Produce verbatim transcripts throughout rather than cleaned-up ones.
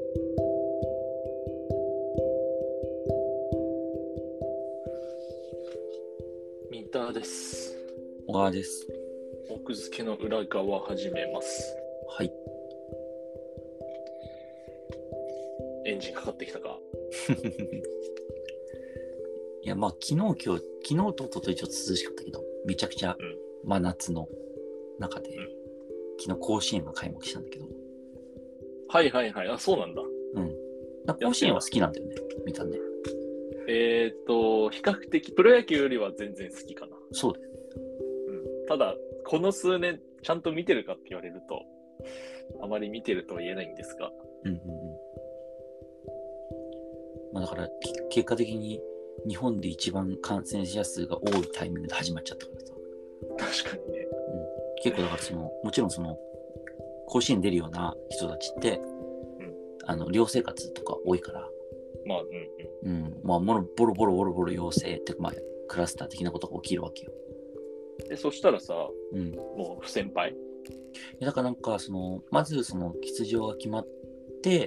三田です。 小川です。 奥付けの裏側始めます。 はい。 エンジンかかってきたか。 いや、まあ、昨日、今日、昨日と一昨日ちょっと涼しかったけど、めちゃくちゃ真夏の中で、うん、昨日甲子園が開幕したんだけど。 はいはいはい。あ、そうなんだ。 うん。甲子園は好きなんだよね、見たね。 えーっと、比較的、プロ野球よりは全然好きかな。 そうだよね。 うん。ただ、この数年、ちゃんと見てるかって言われると、あまり見てるとは言えないんですが。 うんうんうん。まあだから、結果的に日本で一番感染者数が多いタイミングで始まっちゃったからさ。確かにね。 うん。結構だからその、もちろんその、甲子園出るような人たちって、うん、あの、寮生活とか多いから、 まあ、うんうん。うん。まあ、ボロボロボロボロボロ陽性って、まあ、クラスター的なことが起きるわけよ。 で、そしたらさ、 うん、 もう不先輩だからなんか、その、まずその、出場が決まって、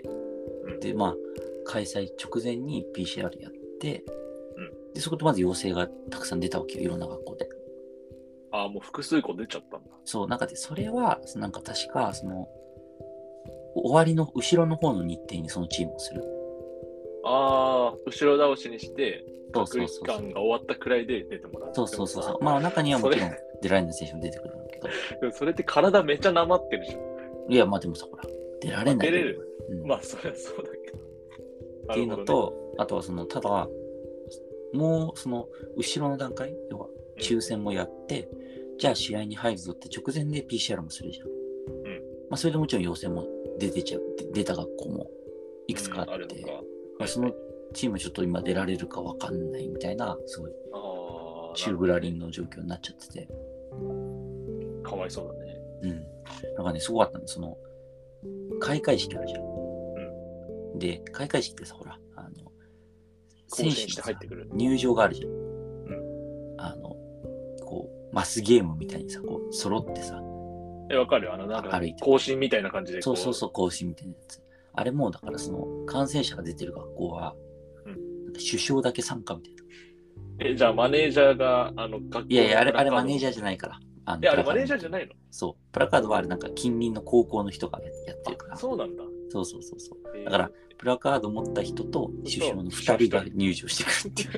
うん、で、まあ、開催直前に ピーシーアール やって、うん、で、そこでまず陽性がたくさん出たわけよ、いろんな学校で。 ああ、もう複数個出ちゃったんだ。 そう、なんかで、それは、なんか確か、その、終わりの、後ろの方の日程にそのチームをする。 ああ、後ろ倒しにして、隔離期間が終わったくらいで出てもらう。 そうそうそうそう。まあ中にはもちろん出られない選手も出てくるんだけど。 でもそれって体めっちゃなまってるじゃん。 いや、まあでもさ、ほら、出られない。 出れる。うん、まあそりゃそうだけど。 っていうのと、ね、あとはその、ただ、もうその、後ろの段階、要は抽選もやって、うん、じゃあ試合に入るぞって直前で ピーシーアール もするじゃん。うん。まあそれでもちろん陽性も出てちゃう、出た学校もいくつかあって、うん、あまあ、そのチームちょっと今出られるかわかんないみたいな、すごい、宙ぶらりんの状況になっちゃってて。 かわいそうだね。 うん。なんかね、すごかったんで、その、開会式あるじゃん。うん。で、開会式ってさ、ほら、あの、 選手して入ってくる入場があるじゃん。うん。あの、こう、マスゲームみたいにさ、こう、揃ってさ。 え、わかるよ。あの、なんか、行進みたいな感じで。 そうそうそう、行進みたいなやつ。あれも、だからその、感染者が出てる学校は、首相だけ参加みたいな。 え、じゃあマネージャーが、あの、学校のいやいや、あれ、あれマネージャーじゃないから。 あのえ、あれマネージャーじゃないの？ そう。プラカードはあれなんか近隣の高校の人がやってるから。 そうなんだ。 そうそうそうそう。だから、プラカード持った人と首相のふたりが入場してくるっていう。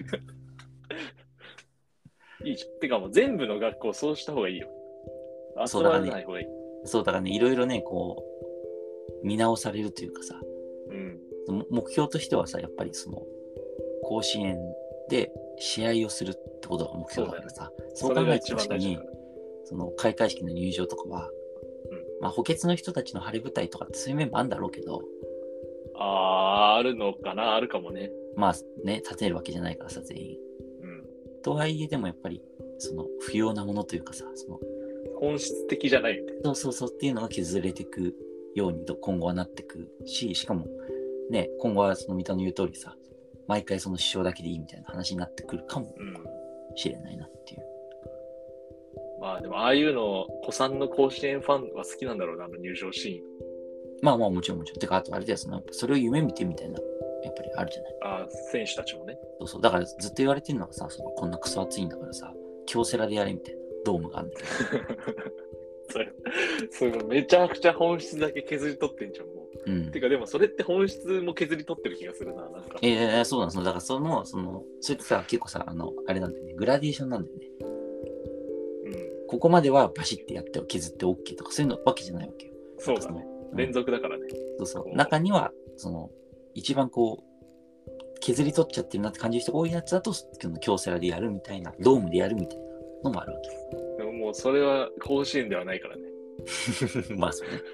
いいじゃん。てかもう全部の学校そうした方がいいよ。集まらない方がいい。 そうだからね、いろいろね、こう、見直されるというかさ、うん、目標としてはさ、やっぱりその、甲子園で試合をするってことが目標だからさ、そう、そう考えた時に、その開会式の入場とかは、うん、まあ補欠の人たちの晴れ舞台とかってそういう面もあるんだろうけど、 あー、あるのかな、あるかもね。 まあね、立てるわけじゃないからさ、全員。うん。とはいえでもやっぱり、その不要なものというかさ、その本質的じゃないみたいな。 そうそうそうっていうのが削れていくように今後はなっていくし、しかもね、今後はその三田の言う通りさ、毎回その師匠だけでいいみたいな話になってくるかもしれないなっていう。 うん、まあでもああいうの、子さんの甲子園ファンは好きなんだろうな、あの入場シーン。 まあまあもちろんもちろん。てか、あとあれだよ、そのそれを夢見てみたいな、やっぱりあるじゃない。 ああ、選手たちもね。 そうそう。だからずっと言われてるのはさ、そのこんなクソ暑いんだからさ、京セラでやれみたいなドームがあるんだけど。 それ、それめちゃくちゃ本質だけ削り取ってんじゃん、もう。うん、てかでもそれって本質も削り取ってる気がするな、なんか。 ええー、そうなんですよ。だからその、その、それってさ、結構さ、あの、あれなんだよね、グラデーションなんだよね。うん。ここまではバシッてやって削って OK とか、そういうのわけじゃないわけよ。 そうだね。うん、連続だからね。 そうそう。中には、その、一番こう、削り取っちゃってるなって感じる人が多いやつだと、京セラでやるみたいな、ドームでやるみたいなのもあるわけ。 でももうそれは甲子園ではないからね。 まあそうね。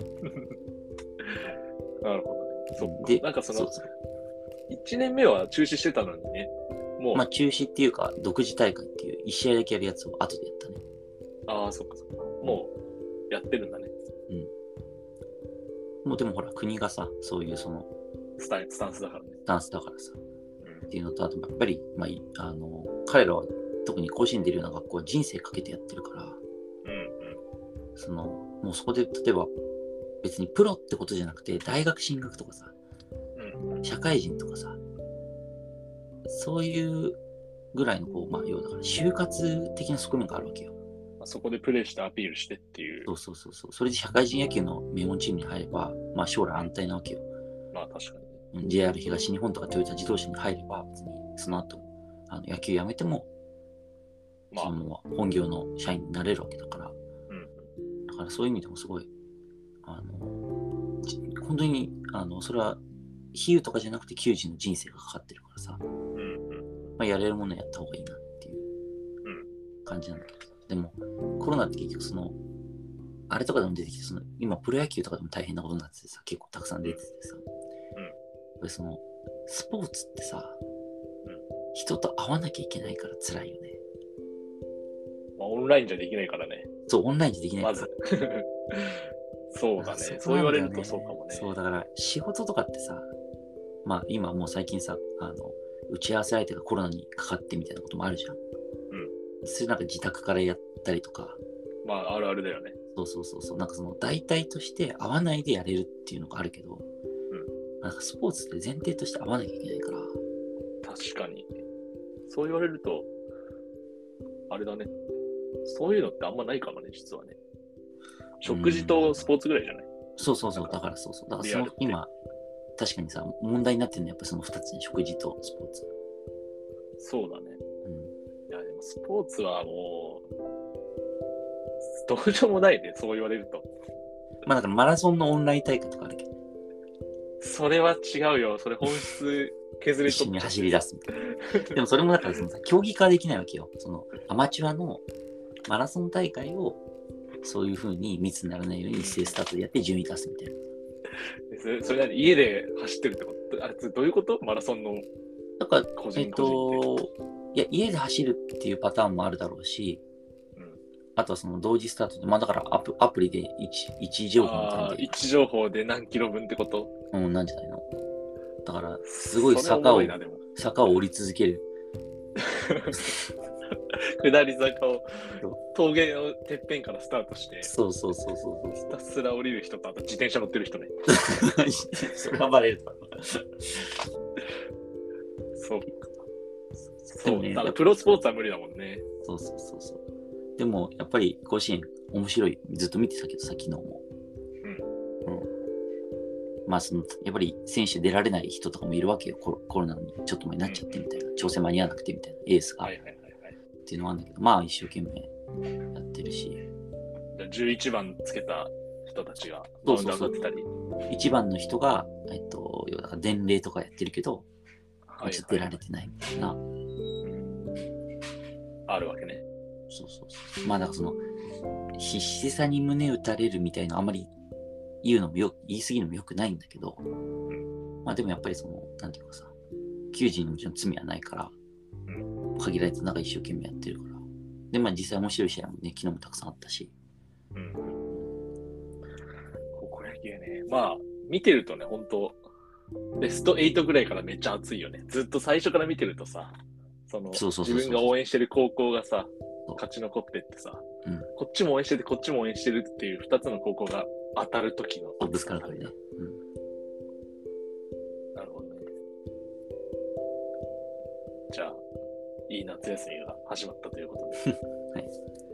なるほどね。そっか。で、なんかその、そうそういちねんめは中止してたのにね。 もう。まあ中止っていうか、独自大会っていういち試合だけやるやつを後でやったね。 ああ、そっかそっか。もうやってるんだね。 うん。もうでもほら、国がさ、そういうその、 スタスタンスだからね。 スタンスだからさ。うん、っていうのと、あとやっぱり、まあ、あの、彼らは特に甲子園出るような学校は人生かけてやってるから、うんうん。その、もうそこで例えば別にプロってことじゃなくて大学進学とかさ、 社会人とかさ、そういうぐらいのこう、まあ、要はだから就活的な側面があるわけよ。 そこでプレーしてアピールしてっていう。 そうそうそうそう。それで社会人野球の名門チームに入れば、まあ将来安泰なわけよ。 まあ確かに。ジェイアール 東日本とかトヨタ自動車に入れば、別にその後、あの野球辞めても、まあ、その本業の社員になれるわけだから。うん、だからそういう意味でもすごい、あの、本当に、あの、それは、比喩とかじゃなくて球児の人生がかかってるからさ、うんうんまあ、やれるものやった方がいいなっていう感じなんだけど、でもコロナって結局そのあれとかでも出てきて、その今プロ野球とかでも大変なことになっててさ、結構たくさん出ててさ、うん、やっぱりそのスポーツってさ、うん、人と会わなきゃいけないから辛いよね。 まあ、オンラインじゃできないからね。 そう、オンラインじゃできないから。まずそうだね。そう言われるとそうかもね。 そうだから仕事とかってさ、まあ今もう最近さ、あの打ち合わせ相手がコロナにかかってみたいなこともあるじゃん。うん。それなんか自宅からやったりとか。 まああるあるだよね。 そうそうそうそう。なんかその代替として会わないでやれるっていうのがあるけど、うん。なんかスポーツって前提として会わなきゃいけないから。 確かに。そう言われると、あれだね。そういうのってあんまないかもね、実はね。食事とスポーツぐらいじゃない？ そうそうそう。だからそうそう。だからその今、確かにさ、問題になってるのはやっぱそのふたつね、食事とスポーツ。 そうだね。うん。いや、でもスポーツはもう、どうしようもないね、そう言われると。 まあだからマラソンのオンライン大会とかあるけど。 それは違うよ。それ本質削り取って。一緒に走り出すみたいな。でもそれもだからそのさ、競技化できないわけよ。そのアマチュアのマラソン大会をそういう風に密にならないように一斉スタートでやって順位出すみたいな。 それ、それ何家で走ってるってこと？あれどういうこと？マラソンのだから個人個人って、えっと、いや家で走るっていうパターンもあるだろうし、うん、あとはその同時スタートで、まあだからアプアプリで位置位置情報みたいな。 位置情報で何キロ分ってこと？ うん、なんじゃないの。だからすごい坂を坂を降り続ける。 下り坂を峠のてっぺんからスタートして、 そうそうそうそうひたすら降りる人と、あと自転車乗ってる人ね。 それはバレる。 そうか。そう、ね、だからプロスポーツは無理だもんね。 そうそうそうそう。でもやっぱり甲子園面白い。ずっと見てたけどさ、昨日も。うん。うん。まあそのやっぱり選手出られない人とかもいるわけよ。コロ、コロナにちょっと前になっちゃってみたいな、うん、調整間に合わなくてみたいなエースが。はいはいはい。っていうのはあるんだけど、まあ一生懸命やってるし。 じゅういちばんつけた人たちがマウンド上がってたり。そうそうそう。 いちばんの人が、えっと、要は伝令とかやってるけど、はいはい、ちょっと出られてないみたいな。 あるわけね。 そうそうそう。まあだからその、必死さに胸打たれるみたいな、あんまり言うのもよ、言い過ぎるのもよくないんだけど、うん、まあでもやっぱりその、なんていうかさ、球児にもちろん罪はないから、限られた中一生懸命やってるから。で、まあ実際面白い試合もね、昨日もたくさんあったし。うん。 高校野球ね。まあ、見てるとね、ほんと、ベストはちぐらいからめっちゃ熱いよね。ずっと最初から見てるとさ、その、そうそうそうそう、自分が応援してる高校がさ、勝ち残ってってさ、うん、こっちも応援してて、こっちも応援してるっていう二つの高校が当たる時のぶつかるからね。うん。 なるほどね。じゃあ、いい夏休みが始まったということで。はい。